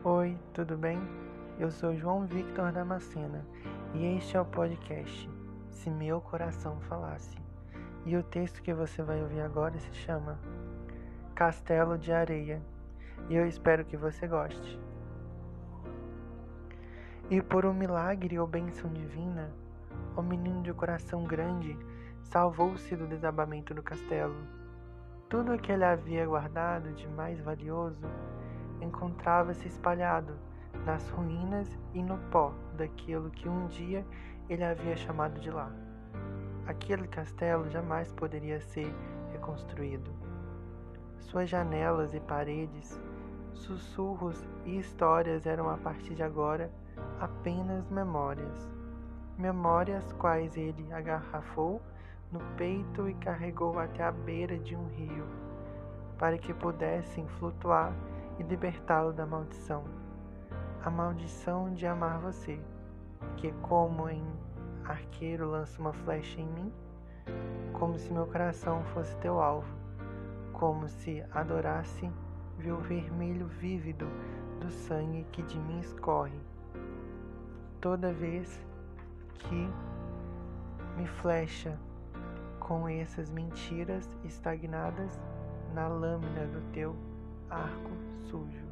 Oi, tudo bem? Eu sou João Victor Damascena e este é o podcast Se Meu Coração Falasse. E o texto que você vai ouvir agora se chama Castelo de Areia, e eu espero que você goste. E por um milagre ou bênção divina, o menino de coração grande salvou-se do desabamento do castelo. Tudo o que ele havia guardado de mais valioso encontrava-se espalhado nas ruínas e no pó daquilo que um dia ele havia chamado de lar. Aquele castelo jamais poderia ser reconstruído. Suas janelas e paredes, sussurros e histórias eram a partir de agora apenas memórias. Memórias quais ele agarrafou no peito e carregou até a beira de um rio, para que pudessem flutuar e libertá-lo da maldição. A maldição de amar você, que como em arqueiro lança uma flecha em mim, como se meu coração fosse teu alvo, como se adorasse ver o vermelho vívido do sangue que de mim escorre, toda vez que me flecha com essas mentiras estagnadas na lâmina do teu arco sujo.